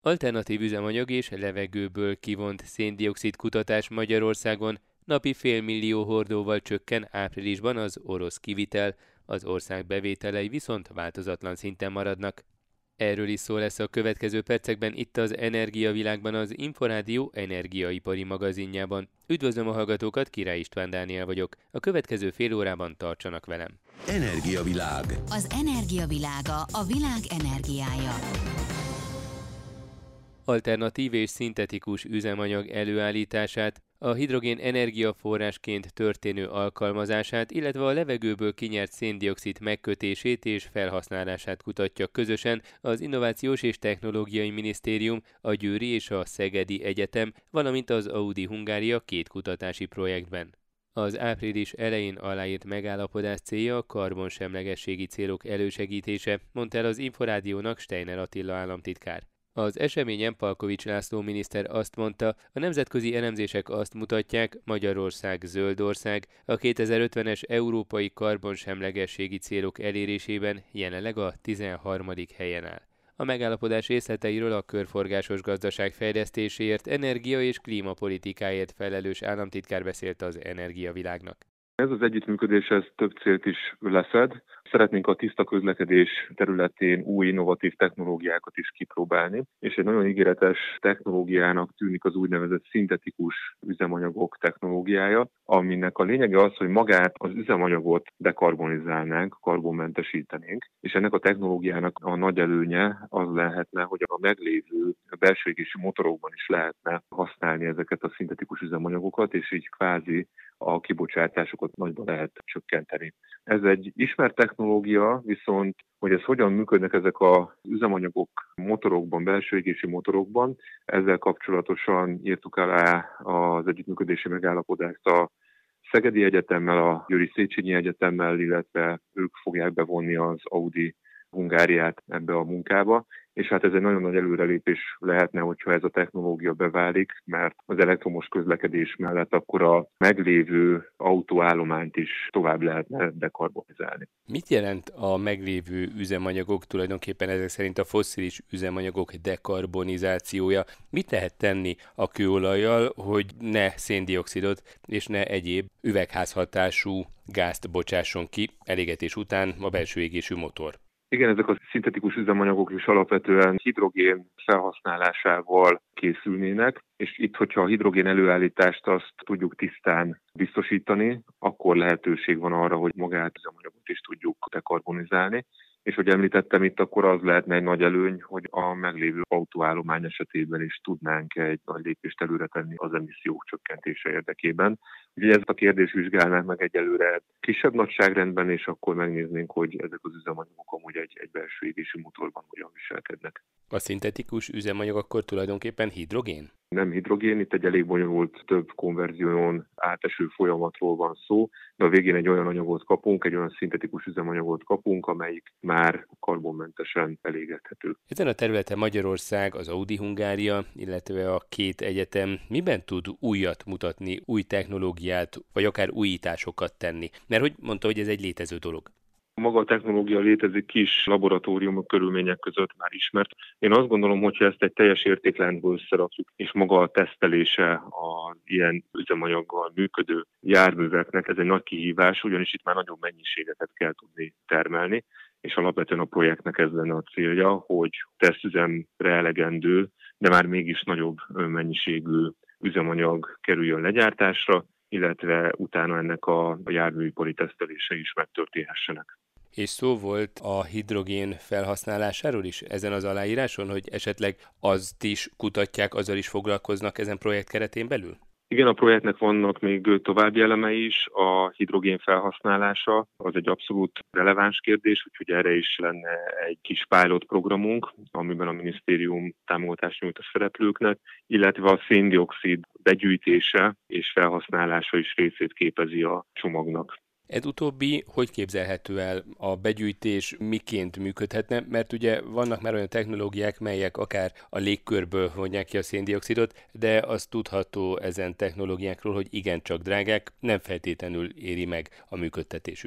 Alternatív üzemanyag és levegőből kivont szén-dioxid kutatás Magyarországon. Napi 500 000 hordóval csökken áprilisban az orosz kivitel, az ország bevételei viszont változatlan szinten maradnak. Erről is szó lesz a következő percekben itt az Energiavilágban, az Inforádió energiaipari magazinjában. Üdvözlöm a hallgatókat, Király István Dániel vagyok. A következő fél órában tartsanak velem. Energiavilág. Az energiavilága, a világ energiája. Alternatív és szintetikus üzemanyag előállítását, a hidrogén energiaforrásként történő alkalmazását, illetve a levegőből kinyert szén-dioxid megkötését és felhasználását kutatja közösen az Innovációs és Technológiai Minisztérium, a Győri és a Szegedi Egyetem, valamint az Audi Hungária két kutatási projektben. Az április elején aláírt megállapodás célja a karbonsemlegességi célok elősegítése, mondta el az Inforádiónak Steiner Attila államtitkár. Az eseményen Palkovics László miniszter azt mondta, a nemzetközi elemzések azt mutatják, Magyarország zöld ország, a 2050-es európai karbonsemlegességi célok elérésében jelenleg a 13. helyen áll. A megállapodás részleteiről a körforgásos gazdaság fejlesztéséért, energia- és klímapolitikáért felelős államtitkár beszélt az Energiavilágnak. Ez az együttműködés több célt is lefed. Szeretnénk a tiszta közlekedés területén új innovatív technológiákat is kipróbálni, és egy nagyon ígéretes technológiának tűnik az úgynevezett szintetikus üzemanyagok technológiája, aminek a lényege az, hogy magát az üzemanyagot dekarbonizálnánk, karbonmentesítenénk, és ennek a technológiának a nagy előnye az lehetne, hogy a meglévő belső égésű motorokban is lehetne használni ezeket a szintetikus üzemanyagokat, és így kvázi a kibocsátásokat nagyban lehet csökkenteni. Ez egy ismert technológia, viszont hogy ez hogyan működnek ezek az üzemanyagok motorokban, belső égési motorokban, ezzel kapcsolatosan írtuk alá az együttműködési megállapodást a Szegedi Egyetemmel, a Győri Széchenyi Egyetemmel, illetve ők fogják bevonni az Audi Hungáriát ebbe a munkába, és hát ez egy nagyon nagy előrelépés lehetne, hogyha ez a technológia beválik, mert az elektromos közlekedés mellett akkor a meglévő autóállományt is tovább lehetne dekarbonizálni. Mit jelent a meglévő üzemanyagok, tulajdonképpen ezek szerint a fosszilis üzemanyagok dekarbonizációja? Mit lehet tenni a kőolajjal, hogy ne széndioxidot és ne egyéb üvegházhatású gázt bocsásson ki elégetés után a belső égésű motor? Igen, ezek a szintetikus üzemanyagok is alapvetően hidrogén felhasználásával készülnének, és itt, hogyha a hidrogén előállítást azt tudjuk tisztán biztosítani, akkor lehetőség van arra, hogy magát az üzemanyagot is tudjuk dekarbonizálni. És hogy említettem itt, akkor az lehetne egy nagy előny, hogy a meglévő autóállomány esetében is tudnánk egy nagy lépést előre tenni az emissziók csökkentése érdekében. Ugye ezt a kérdést vizsgálnánk meg egyelőre kisebb nagyságrendben, és akkor megnéznénk, hogy ezek az üzemanyagok amúgy egy belső égésű motorban hogyan viselkednek. A szintetikus üzemanyag akkor tulajdonképpen hidrogén? Nem hidrogén, itt egy elég bonyolult, több konverzión áteső folyamatról van szó, de a végén egy olyan anyagot kapunk, egy olyan szintetikus üzemanyagot kapunk, amelyik már karbonmentesen elégethető. Ezen a területen Magyarország, az Audi Hungária, illetve a két egyetem miben tud újat mutatni, új technológiát, vagy akár újításokat tenni? Mert hogy mondta, hogy ez egy létező dolog. Maga a technológia létezik kis laboratóriumok körülmények között már ismert. Én azt gondolom, hogyha ezt egy teljes értékláncba összerakjuk, és maga a tesztelése az ilyen üzemanyaggal működő járműveknek, ez egy nagy kihívás, ugyanis itt már nagyobb mennyiségeket kell tudni termelni, és alapvetően a projektnek ez lenne a célja, hogy tesztüzemre elegendő, de már mégis nagyobb mennyiségű üzemanyag kerüljön legyártásra, illetve utána ennek a járműipari tesztelése is megtörténhessenek. És szó volt a hidrogén felhasználásáról is ezen az aláíráson, hogy esetleg azt is kutatják, azzal is foglalkoznak ezen projekt keretén belül? Igen, a projektnek vannak még további elemei is. A hidrogén felhasználása az egy abszolút releváns kérdés, úgyhogy erre is lenne egy kis pilot programunk, amiben a minisztérium támogatást nyújt a szereplőknek, illetve a szén-dioxid begyűjtése és felhasználása is részét képezi a csomagnak. Ez utóbbi hogy képzelhető el, a begyűjtés miként működhetne, mert ugye vannak már olyan technológiák, melyek akár a légkörből vonják ki a széndioxidot, de az tudható ezen technológiákról, hogy igencsak drágák, nem feltétlenül éri meg a működtetésük.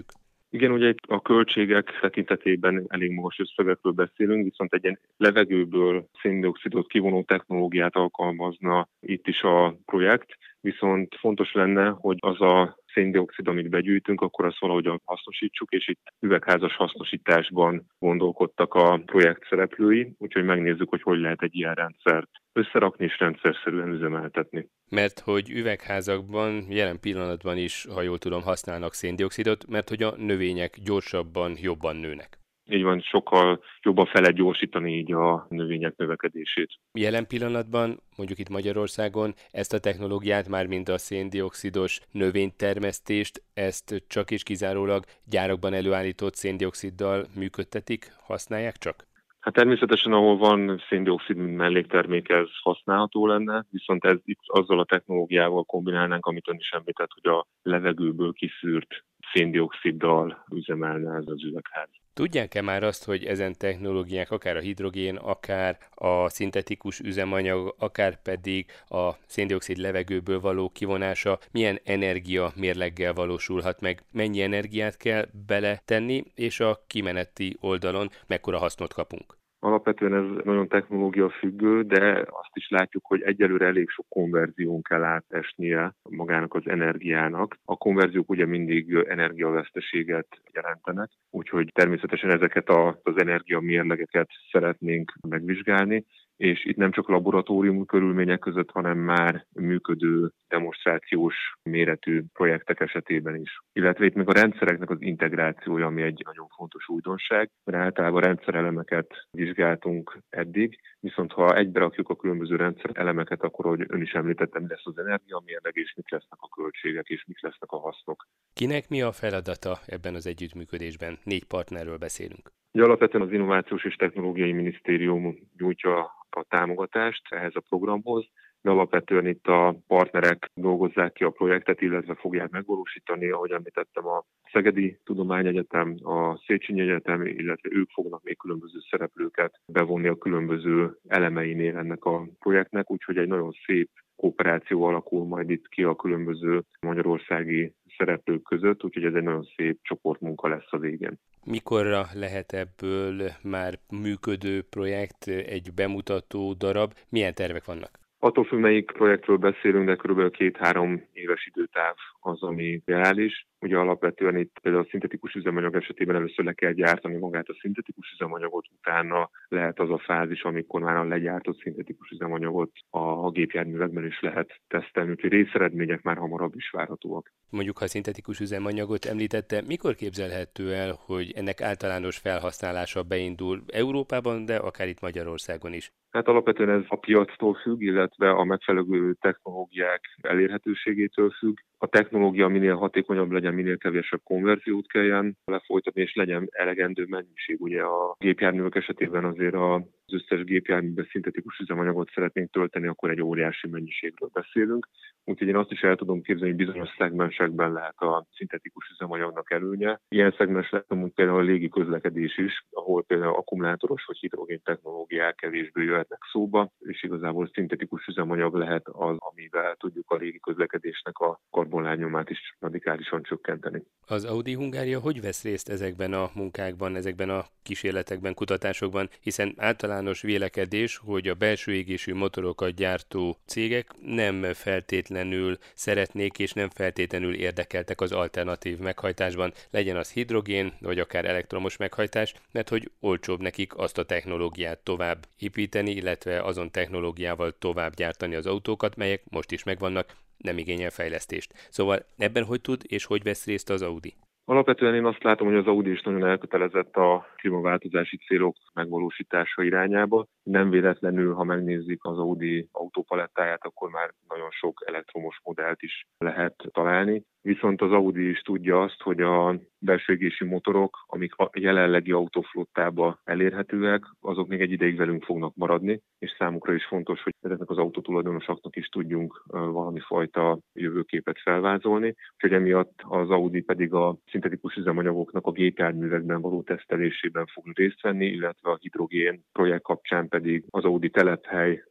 Igen, ugye itt a költségek tekintetében elég magas összegekről beszélünk, viszont egy ilyen levegőből szén-dioxidot kivonó technológiát alkalmazna itt is a projekt, viszont fontos lenne, hogy az a szén-dioxid, amit begyűjtünk, akkor azt valahogyan hasznosítsuk, és itt üvegházas hasznosításban gondolkodtak a projekt szereplői, úgyhogy megnézzük, hogy lehet egy ilyen rendszert összerakni és rendszerszerűen üzemeltetni. Mert hogy üvegházakban jelen pillanatban is, ha jól tudom, használnak széndioxidot, mert hogy a növények gyorsabban, jobban nőnek. Így van, sokkal jobban fel lehet gyorsítani így a növények növekedését. Jelen pillanatban, mondjuk itt Magyarországon, ezt a technológiát, már mint a széndioxidos növénytermesztést, ezt csak és kizárólag gyárakban előállított széndioxiddal működtetik, használják csak? Hát természetesen, ahol van szén-dioxid, mint melléktermék, ez használható lenne, viszont ez itt azzal a technológiával kombinálnánk, amit ön is említett, hogy a levegőből kiszűrt szén-dioxiddal üzemelne ez az üvegház. Tudják-e már azt, hogy ezen technológiák, akár a hidrogén, akár a szintetikus üzemanyag, akár pedig a szén-dioxid levegőből való kivonása milyen energia mérleggel valósulhat meg? Mennyi energiát kell beletenni, és a kimeneti oldalon mekkora hasznot kapunk? Alapvetően ez nagyon technológia függő, de azt is látjuk, hogy egyelőre elég sok konverzión kell átesnie magának az energiának. A konverziók ugye mindig energiaveszteséget jelentenek, úgyhogy természetesen ezeket az energiamérlegeket szeretnénk megvizsgálni, és itt nem csak laboratóriumi körülmények között, hanem már működő demonstrációs méretű projektek esetében is. Illetve itt még a rendszereknek az integrációja, ami egy nagyon fontos újdonság, mert általában rendszerelemeket vizsgáltunk eddig, viszont ha egyberakjuk a különböző rendszerelemeket, akkor, ahogy ön is említette, mi lesz az energiamérleg, és mik lesznek a költségek, és mik lesznek a hasznok. Kinek mi a feladata ebben az együttműködésben? 4 partnerről beszélünk. Ugye alapvetően az Innovációs és Technológiai Minisztérium nyújtja a támogatást ehhez a programhoz, de alapvetően itt a partnerek dolgozzák ki a projektet, illetve fogják megvalósítani, ahogy említettem, a Szegedi Tudományegyetem, a Széchenyi Egyetem, illetve ők fognak még különböző szereplőket bevonni a különböző elemeinél ennek a projektnek, úgyhogy egy nagyon szép kooperáció alakul majd itt ki a különböző magyarországi szereplők között, úgyhogy ez egy nagyon szép csoportmunka lesz a végén. Mikorra lehet ebből már működő projekt, egy bemutató darab? Milyen tervek vannak? Attól függ, melyik projektről beszélünk, de kb. 2-3 éves időtáv az, ami reális. Ugye alapvetően itt például a szintetikus üzemanyag esetében először le kell gyártani magát a szintetikus üzemanyagot, utána lehet az a fázis, amikor már a legyártott szintetikus üzemanyagot a gépjárművekben is lehet tesztelni, úgyhogy részeredmények már hamarabb is várhatóak. Mondjuk, ha a szintetikus üzemanyagot említette, mikor képzelhető el, hogy ennek általános felhasználása beindul Európában, de akár itt Magyarországon is? Hát alapvetően ez a piactól függ, illetve a megfelelő technológiák elérhetőségétől függ. A technológia minél hatékonyabb legyen, minél kevesebb konverziót kelljen lefolytatni, és legyen elegendő mennyiség. Ugye a gépjárművek esetében azért az összes gépjárműben szintetikus üzemanyagot szeretnénk tölteni, akkor egy óriási mennyiségről beszélünk. Úgyhogy én azt is el tudom képzelni, hogy bizonyos szegmensekben lehet a szintetikus üzemanyagnak előnye. Ilyen szegmens lehet amúgy például a légi közlekedés is, ahol például akkumulátoros vagy hidrogén technológiák kevésbé jöhetnek szóba, és igazából szintetikus üzemanyag lehet az, amivel tudjuk a légi közlekedésnek a karbonlábnyomát is radikálisan csökkenteni. Az Audi Hungária hogy vesz részt ezekben a munkákban, ezekben a kísérletekben, kutatásokban, hiszen általános vélekedés, hogy a belső égésű motorokat gyártó cégek nem feltétlenül szeretnék és nem feltétlenül érdekeltek az alternatív meghajtásban, legyen az hidrogén, vagy akár elektromos meghajtás, mert hogy olcsóbb nekik azt a technológiát tovább építeni, illetve azon technológiával tovább gyártani az autókat, melyek most is megvannak, nem igényel fejlesztést. Szóval ebben hogy tud és hogy vesz részt az Audi? Alapvetően én azt látom, hogy az Audi is nagyon elkötelezett a klímaváltozási célok megvalósítása irányába. Nem véletlenül, ha megnézzük az Audi autópalettáját, akkor már nagyon sok elektromos modellt is lehet találni. Viszont az Audi is tudja azt, hogy a belső égésű motorok, amik a jelenlegi autóflottában elérhetőek, azok még egy ideig velünk fognak maradni, és számukra is fontos, hogy ezeknek az autótulajdonosoknak is tudjunk valami fajta jövőképet felvázolni. Úgyhogy emiatt az Audi pedig a szintetikus üzemanyagoknak a gépjárművekben való tesztelésében fog részt venni, illetve a hidrogén projekt kapcsán pedig az Audi telephely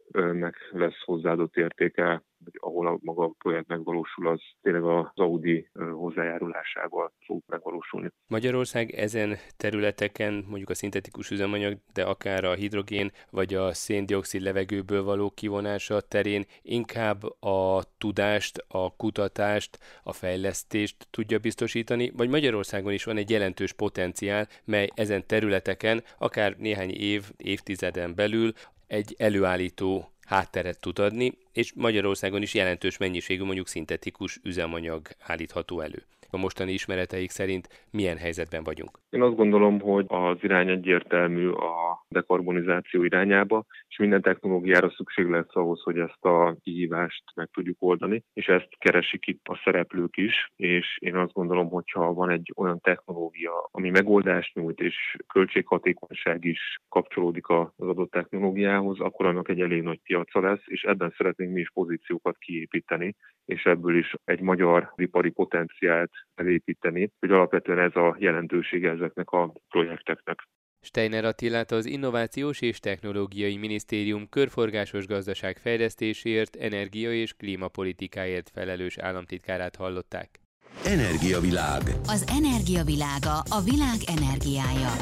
nek lesz hozzáadott értéke, hogy ahol a maga a projekt megvalósul, az tényleg az Audi hozzájárulásával fog megvalósulni. Magyarország ezen területeken, mondjuk a szintetikus üzemanyag, de akár a hidrogén vagy a szén-dioxid levegőből való kivonása terén inkább a tudást, a kutatást, a fejlesztést tudja biztosítani, vagy Magyarországon is van egy jelentős potenciál, mely ezen területeken akár néhány évtizeden belül egy előállító hátteret tud adni, és Magyarországon is jelentős mennyiségű mondjuk szintetikus üzemanyag állítható elő. A mostani ismereteik szerint milyen helyzetben vagyunk? Én azt gondolom, hogy az irány egyértelmű a dekarbonizáció irányába, és minden technológiára szükség lesz ahhoz, hogy ezt a kihívást meg tudjuk oldani, és ezt keresik itt a szereplők is, és én azt gondolom, hogyha van egy olyan technológia, ami megoldást nyújt, és költséghatékonyság is kapcsolódik az adott technológiához, akkor annak egy elég nagy piaca lesz, és ebben szeretnénk mi is pozíciókat kiépíteni, és ebből is egy magyar ipari potenciált elépíteni, hogy alapvetően ez a jelentősége ezeknek a projekteknek. Steiner Attilát, az Innovációs és Technológiai Minisztérium körforgásos gazdaság fejlesztéséért, energia- és klímapolitikáért felelős államtitkárát hallották. Energiavilág. Az energiavilága a világ energiája.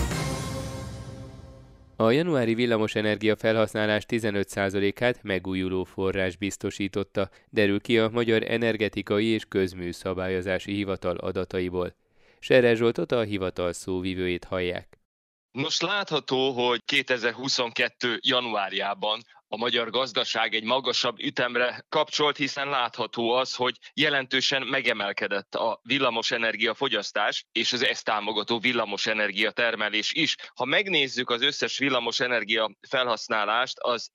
A januári villamosenergia felhasználás 15%-át megújuló forrás biztosította, derül ki a Magyar Energetikai és Közműszabályozási Hivatal adataiból. Serre Zsoltot, a hivatal szóvivőjét hallják. Most látható, hogy 2022. januárjában a magyar gazdaság egy magasabb ütemre kapcsolt, hiszen látható az, hogy jelentősen megemelkedett a villamosenergia fogyasztás és az ezt támogató villamosenergia termelés is. Ha megnézzük az összes villamosenergia felhasználást, az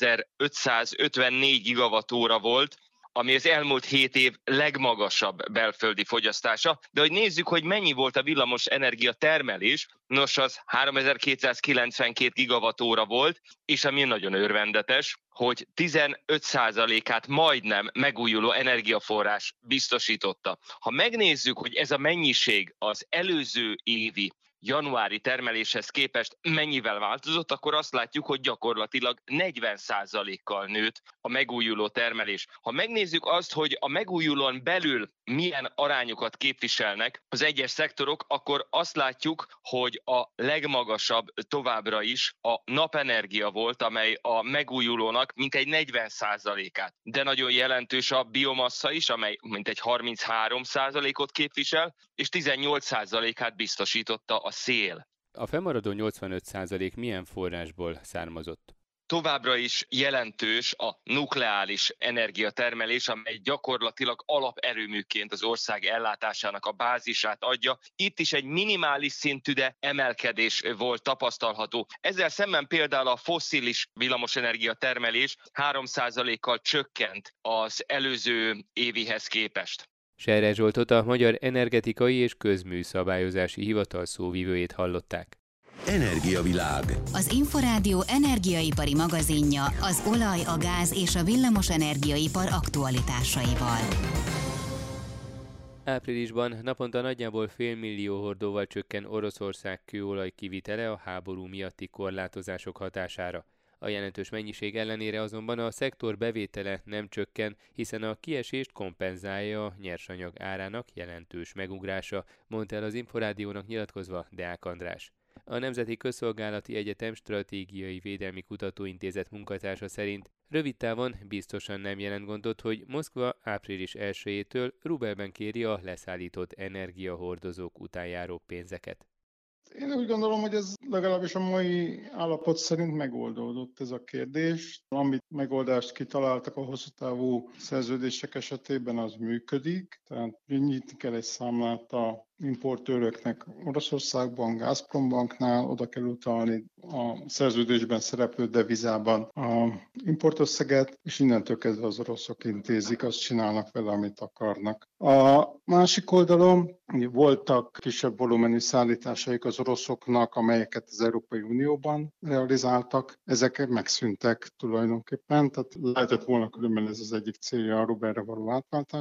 4554 gigawattóra volt, ami az elmúlt 7 év legmagasabb belföldi fogyasztása. De hogy nézzük, hogy mennyi volt a villamos energia termelés, nos az 3292 gigawattóra volt, és ami nagyon örvendetes, hogy 15%-át majdnem megújuló energiaforrás biztosította. Ha megnézzük, hogy ez a mennyiség az előző évi januári termeléshez képest mennyivel változott, akkor azt látjuk, hogy gyakorlatilag 40%-kal nőtt a megújuló termelés. Ha megnézzük azt, hogy a megújulón belül milyen arányokat képviselnek az egyes szektorok, akkor azt látjuk, hogy a legmagasabb továbbra is a napenergia volt, amely a megújulónak mintegy 40%-át. De nagyon jelentős a biomassa is, amely mintegy 33%-ot képvisel, és 18%-át biztosította a szél. A fennmaradó 85% milyen forrásból származott? Továbbra is jelentős a nukleáris energiatermelés, amely gyakorlatilag alaperőműként az ország ellátásának a bázisát adja. Itt is egy minimális szintű, de emelkedés volt tapasztalható. Ezzel szemben például a fosszilis villamosenergia termelés 3%-kal csökkent az előző évihez képest. Serre Zsoltot, a Magyar Energetikai és Közműszabályozási Hivatal szóvivőjét hallották. Energiavilág. Az Inforádió energiaipari magazinja az olaj, a gáz és a villamos energiaipar aktualitásaival. Áprilisban naponta nagyjából 500 000 hordóval csökken Oroszország kőolaj kivitele a háború miatti korlátozások hatására. A jelentős mennyiség ellenére azonban a szektor bevétele nem csökken, hiszen a kiesést kompenzálja a nyersanyag árának jelentős megugrása, mondta el az Inforádiónak nyilatkozva Deák András. A Nemzeti Közszolgálati Egyetem Stratégiai Védelmi Kutatóintézet munkatársa szerint rövid távon biztosan nem jelent gondot, hogy Moszkva április 1-től rubelben kéri a leszállított energiahordozók után járó pénzeket. Én úgy gondolom, hogy ez legalábbis a mai állapot szerint megoldódott ez a kérdés. Amit megoldást kitaláltak a hosszú távú szerződések esetében, az működik. Tehát nyitni kell egy számlát a importőröknek Oroszországban, Gazprom banknál, oda kell utalni a szerződésben szereplő devizában a importösszeget, és innentől kezdve az oroszok intézik, azt csinálnak vele, amit akarnak. A másik oldalon voltak kisebb volumenű szállításaik az oroszoknak, amelyeket az Európai Unióban realizáltak. Ezek megszűntek tulajdonképpen, tehát lehetett volna különben ez az egyik célja a rubelre való átváltásnak.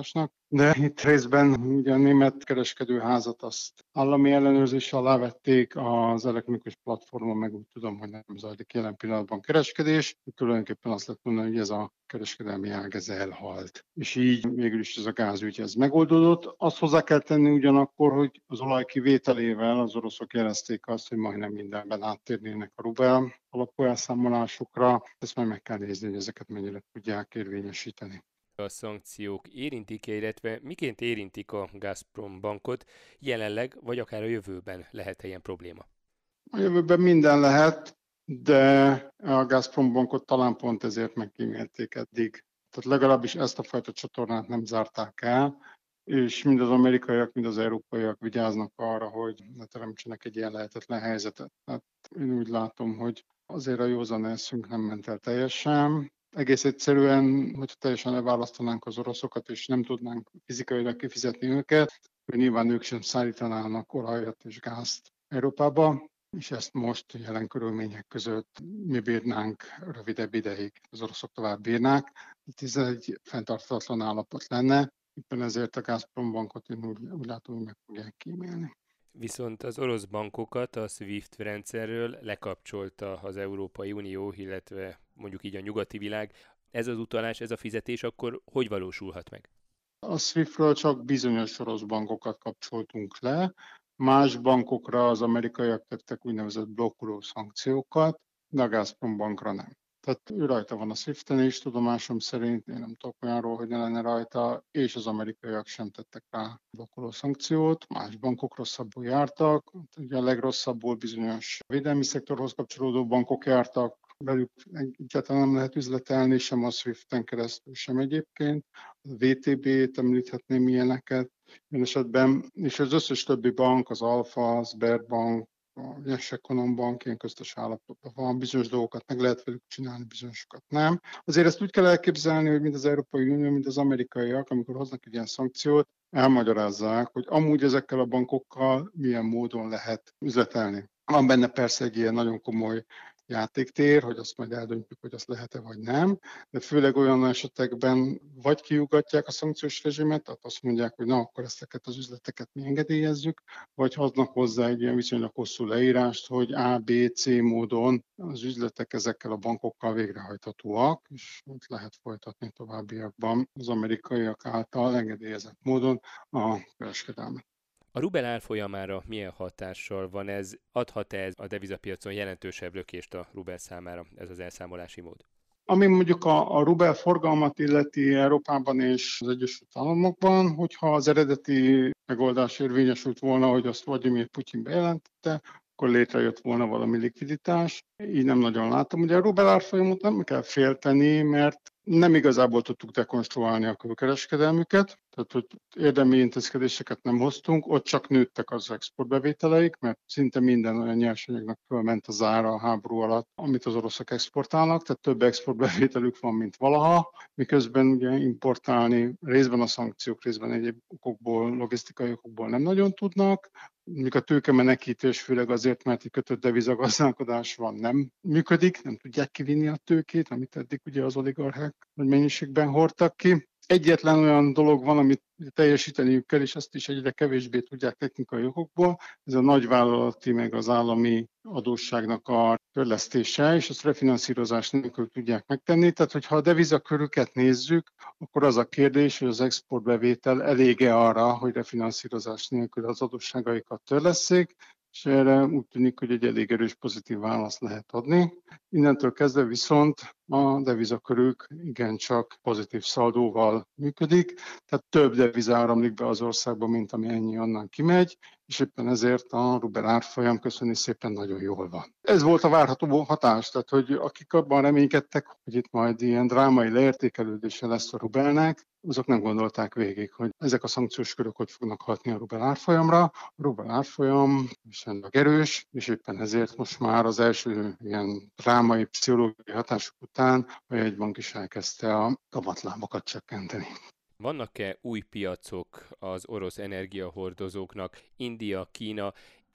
De itt részben ugye a német kereskedőházat azt állami ellenőrzés alá vették, az elektronikus platformon meg úgy tudom, hogy nem zajlik jelen pillanatban kereskedés. Tulajdonképpen azt lehet mondani, hogy ez a kereskedelmi ág ez elhalt. És így végül is ez a gázügy ez megoldódott. Azt hozzá kell tenni ugyanakkor, hogy az olaj kivételével az oroszok jelezték azt, hogy majdnem mindenben áttérnének a rubel alapú elszámolásokra. Ezt majd meg kell nézni, hogy ezeket mennyire tudják érvényesíteni. A szankciók érintik-e, illetve miként érintik a Gazprom bankot jelenleg, vagy akár a jövőben lehet ilyen probléma? A jövőben minden lehet, de a Gazprom bankot talán pont ezért megkímélték eddig. Tehát legalábbis ezt a fajta csatornát nem zárták el, és mind az amerikaiak, mind az európaiak vigyáznak arra, hogy ne teremtsenek egy ilyen lehetetlen helyzetet. Tehát én úgy látom, hogy azért a józan eszünk nem ment el teljesen. Egész egyszerűen, hogyha teljesen leválasztanánk az oroszokat, és nem tudnánk fizikailag kifizetni őket, hogy nyilván ők sem szállítanának olajat és gázt Európába, és ezt most jelen körülmények között mi bírnánk rövidebb ideig, az oroszok tovább bírnák. Itt ez egy fenntarthatatlan állapot lenne, éppen ezért a Gazprom bankot én úgy látom, hogy meg fogják kímélni. Viszont az orosz bankokat a SWIFT rendszerről lekapcsolta az Európai Unió, illetve mondjuk így a nyugati világ. Ez az utalás, ez a fizetés akkor hogy valósulhat meg? A SWIFT-ről csak bizonyos orosz bankokat kapcsoltunk le, más bankokra az amerikaiak tettek úgynevezett blokkoló szankciókat, de a Gazprom bankra nem. Tehát ő rajta van a SWIFT-en is, tudomásom szerint, én nem tudok olyanról, hogy ne lenne rajta, és az amerikaiak sem tettek rá blokkoló szankciót, más bankok rosszabbul jártak, ugye a legrosszabbul bizonyos védelmi szektorhoz kapcsolódó bankok jártak, velük egyáltalán nem lehet üzletelni, sem a SWIFT-en keresztül, sem egyébként. A VTB-t említhetném ilyeneket, ilyen esetben, és az összes többi bank, az Alfa, a Sberbank, a Yes Econom Bank ilyen köztes állapotban van, bizonyos dolgokat meg lehet velük csinálni, bizonyosokat nem. Azért ezt úgy kell elképzelni, hogy mind az Európai Unió, mind az amerikaiak, amikor hoznak egy ilyen szankciót, elmagyarázzák, hogy amúgy ezekkel a bankokkal milyen módon lehet üzletelni. Van benne persze egy ilyen nagyon komoly játéktér, hogy azt majd eldöntjük, hogy azt lehet-e vagy nem, de főleg olyan esetekben vagy kiugatják a szankciós rezsimet, tehát azt mondják, hogy na, akkor ezeket az üzleteket mi engedélyezzük, vagy hoznak hozzá egy ilyen viszonylag hosszú leírást, hogy A, B, C módon az üzletek ezekkel a bankokkal végrehajthatóak, és ott lehet folytatni továbbiakban az amerikaiak által engedélyezett módon a kereskedelmet. A rubel árfolyamára milyen hatással van ez? Adhat-e ez a devizapiacon jelentősebb lökést a rubel számára, ez az elszámolási mód? Ami mondjuk a rubel forgalmat illeti Európában és az Egyesült Államokban, hogyha az eredeti megoldás érvényesült volna, hogy azt Vladimir Putyin bejelentette, akkor létrejött volna valami likviditás. Így nem nagyon látom. Ugye a rubel árfolyamot nem kell félteni, mert nem igazából tudtuk dekonstruálni a külkereskedelmüket, tehát hogy érdemi intézkedéseket nem hoztunk, ott csak nőttek az exportbevételeik, mert szinte minden olyan nyersanyagnak fölment az ára a háború alatt, amit az oroszok exportálnak, tehát több exportbevételük van, mint valaha, miközben ugye importálni részben a szankciók, részben egyéb okokból, logisztikai okokból nem nagyon tudnak, míg a tőkemenekítés főleg azért, mert egy kötött devizagazdálkodás van, nem működik, nem tudják kivinni a tőkét, amit eddig ugye az oligarchák nagy mennyiségben hordtak ki. Egyetlen olyan dolog van, amit teljesíteniük kell, és azt is egyre kevésbé tudják technikai okokból, ez a nagyvállalati meg az állami adósságnak a törlesztése, és azt refinanszírozás nélkül tudják megtenni. Tehát, hogyha a devizakörüket nézzük, akkor az a kérdés, hogy az exportbevétel elég-e arra, hogy refinanszírozás nélkül az adósságaikat törlesszék, és erre úgy tűnik, hogy egy elég erős pozitív választ lehet adni. Innentől kezdve viszont a devizakörük igencsak pozitív szaldóval működik, tehát több deviza áramlik be az országba, mint ami ennyi onnan kimegy, és éppen ezért a rubel árfolyam köszöni szépen nagyon jól van. Ez volt a várható hatás, tehát hogy akik abban reménykedtek, hogy itt majd ilyen drámai leértékelődése lesz a rubelnek, azok nem gondolták végig, hogy ezek a szankciós körök hogy fognak hatni a rubel árfolyamra. A rubel árfolyam viszonylag erős, és éppen ezért most már az első ilyen drámai pszichológiai hatások után a jegybank is elkezdte a kamatlábakat csökkenteni. Vannak-e új piacok az orosz energiahordozóknak, India, Kína,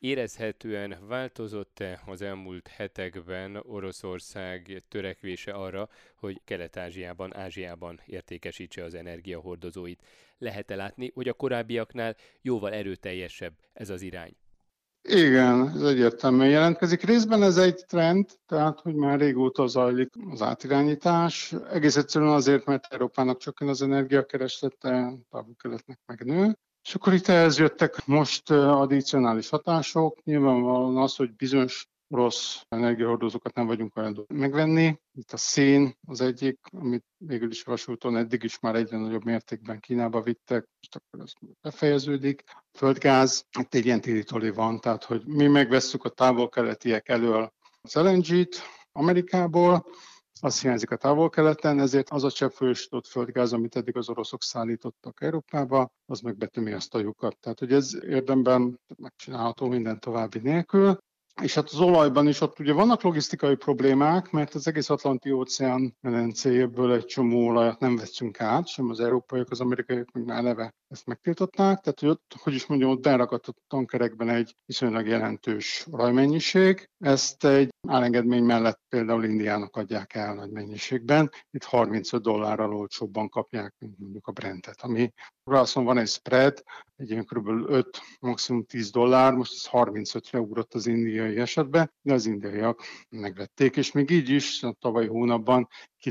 Érezhetően változott-e az elmúlt hetekben Oroszország törekvése arra, hogy Kelet-Ázsiában, Ázsiában értékesítse az energiahordozóit? Lehet-e látni, hogy a korábbiaknál jóval erőteljesebb ez az irány? Igen, ez egyértelműen jelentkezik. Részben ez egy trend, tehát hogy már régóta zajlik az átirányítás. Egész egyszerűen azért, mert Európának csökken az energiakereslete, Távol-Keletnek meg nő. És akkor itt ehhez jöttek most addicionális hatások. Nyilvánvalóan az, hogy bizonyos orosz energiahordozókat nem vagyunk hajlandók megvenni. Itt a szén az egyik, amit végül is vasúton eddig is már egyre nagyobb mértékben Kínába vittek, most akkor ez befejeződik. Földgáz, itt egy ilyen téli van, tehát hogy mi megvesszük a távol-keletiek elől az LNG-t Amerikából, az hiányzik a távol-keleten, ezért az a cseppfolyósított földgáz, amit eddig az oroszok szállítottak Európába, az meg betömi azt a lyukat. Tehát, hogy ez érdemben megcsinálható minden további nélkül. És hát az olajban is ott ugye vannak logisztikai problémák, mert az egész Atlanti-óceán medencéjéből egy csomó olajat nem veszünk át, sem az európaiak, az amerikaiak meg már eleve ezt megtiltották, tehát hogy ott, ott beragadt a tankerekben egy viszonylag jelentős olajmennyiség. Ezt egy állengedmény mellett például Indiának adják el nagy mennyiségben, itt $35 olcsóbban kapják, mint mondjuk a Brentet, ami Uralszon van egy spread, egy ilyen kb. 5, maximum $10, most ez 35-re ugrott az indiai esetben, de az indiaiak megvették, és még így is a tavalyi hónapban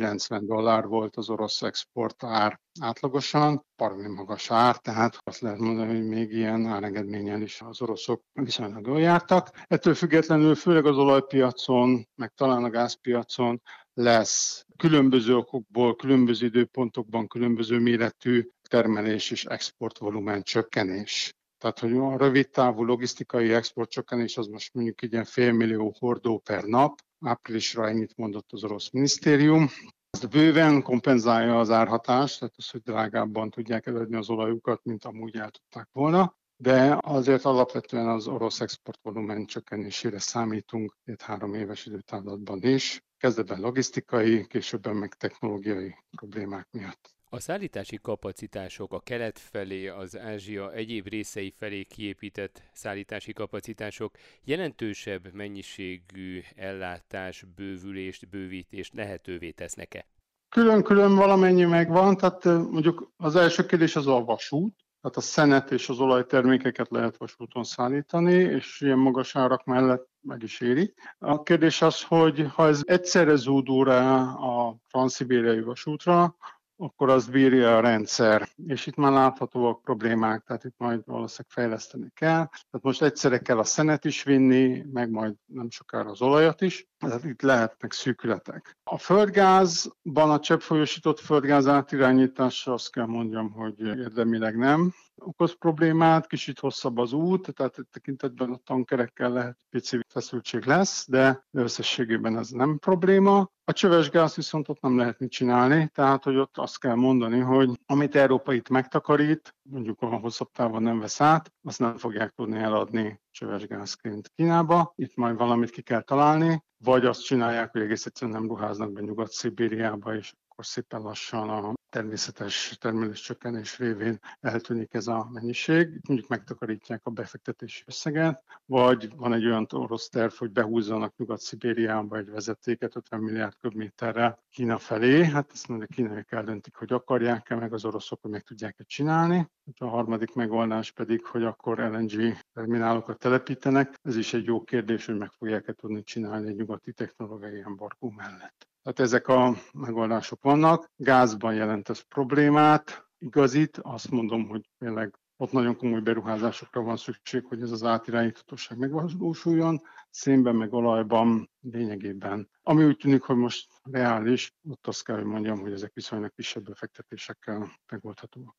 $90 volt az orosz export ár átlagosan, baromi magas ár, tehát azt lehet mondani, hogy még ilyen árengedménnyel is az oroszok viszonylag jól jártak. Ettől függetlenül főleg az olajpiacon, meg talán a gázpiacon lesz különböző okokból, különböző időpontokban különböző méretű termelés és exportvolumen csökkenés. Tehát, hogy a rövid távú logisztikai exportcsökkenés az most mondjuk egy ilyen 500 000 hordó per nap, áprilisra ennyit mondott az orosz minisztérium. Ez bőven kompenzálja az árhatást, tehát az, hogy drágábban tudják eladni az olajukat, mint amúgy el tudták volna, de azért alapvetően az orosz exportvolumen csökkenésére számítunk 2-3 éves időtávlatban is, kezdetben logisztikai, későbben meg technológiai problémák miatt. A szállítási kapacitások a kelet felé, az Ázsia egyéb részei felé kiépített szállítási kapacitások jelentősebb mennyiségű ellátás, bővülést, bővítést lehetővé tesznek-e? Külön-külön valamennyi megvan, tehát mondjuk az első kérdés az a vasút, tehát a szenet és az olajtermékeket lehet vasúton szállítani, és ilyen magas árak mellett meg is éri. A kérdés az, hogy ha ez egyszerre zúdul rá a transzszibériai vasútra, akkor az bírja a rendszer, és itt már láthatóak problémák, tehát itt majd valószínűleg fejleszteni kell. Tehát most egyszerre kell a szenet is vinni, meg majd nem sokára az olajat is, tehát itt lehetnek szűkületek. A földgázban a cseppfolyósított földgáz átirányítása, azt kell mondjam, hogy érdemileg nem okoz problémát, kicsit hosszabb az út, tehát tekintetben a tankerekkel lehet pici feszültség lesz, de összességében ez nem probléma. A csöves gáz viszont ott nem lehet mit csinálni, tehát hogy ott azt kell mondani, hogy amit Európa itt megtakarít, mondjuk a hosszabb távon nem vesz át, azt nem fogják tudni eladni csöves gázként Kínába. Itt majd valamit ki kell találni, vagy azt csinálják, hogy egész egyszerűen nem ruháznak be Nyugat-Szibériába, és akkor szépen lassan a természetes termelés csökkenés révén eltűnik ez a mennyiség. Mondjuk megtakarítják a befektetési összeget, vagy van egy olyan orosz terv, hogy behúzzanak Nyugat-Szibériába egy vezetéket 50 milliárd köbméterrel Kína felé. Hát ezt mondjuk a kínaiak eldöntik, hogy akarják-e, meg az oroszok, hogy meg tudják-e csinálni. A harmadik megoldás pedig, hogy akkor LNG terminálokat telepítenek. Ez is egy jó kérdés, hogy meg fogják-e tudni csinálni egy nyugati technológiai embargó mellett. Tehát ezek a megoldások vannak. Gázban jelent ez problémát, igazit. Azt mondom, hogy tényleg ott nagyon komoly beruházásokra van szükség, hogy ez az átirányíthatóság megvalósuljon. Szénben meg olajban lényegében. Ami úgy tűnik, hogy most reális, ott azt kell, hogy mondjam, hogy ezek viszonylag kisebb befektetésekkel megoldhatóak.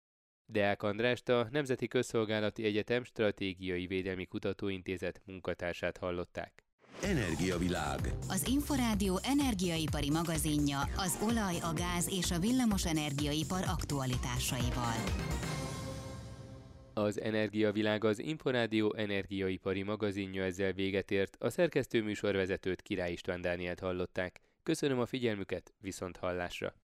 Deák Andrást, a Nemzeti Közszolgálati Egyetem Stratégiai Védelmi Kutatóintézet munkatársát hallották. Energiavilág. Az Inforádió energiaipari magazinja az olaj, a gáz és a villamos energiaipar aktualitásaival. Az Energiavilág, az Inforádió energiaipari magazinja ezzel véget ért. A szerkesztő műsorvezetőt, Király István Dánielt hallották. Köszönöm a figyelmüket, viszont hallásra!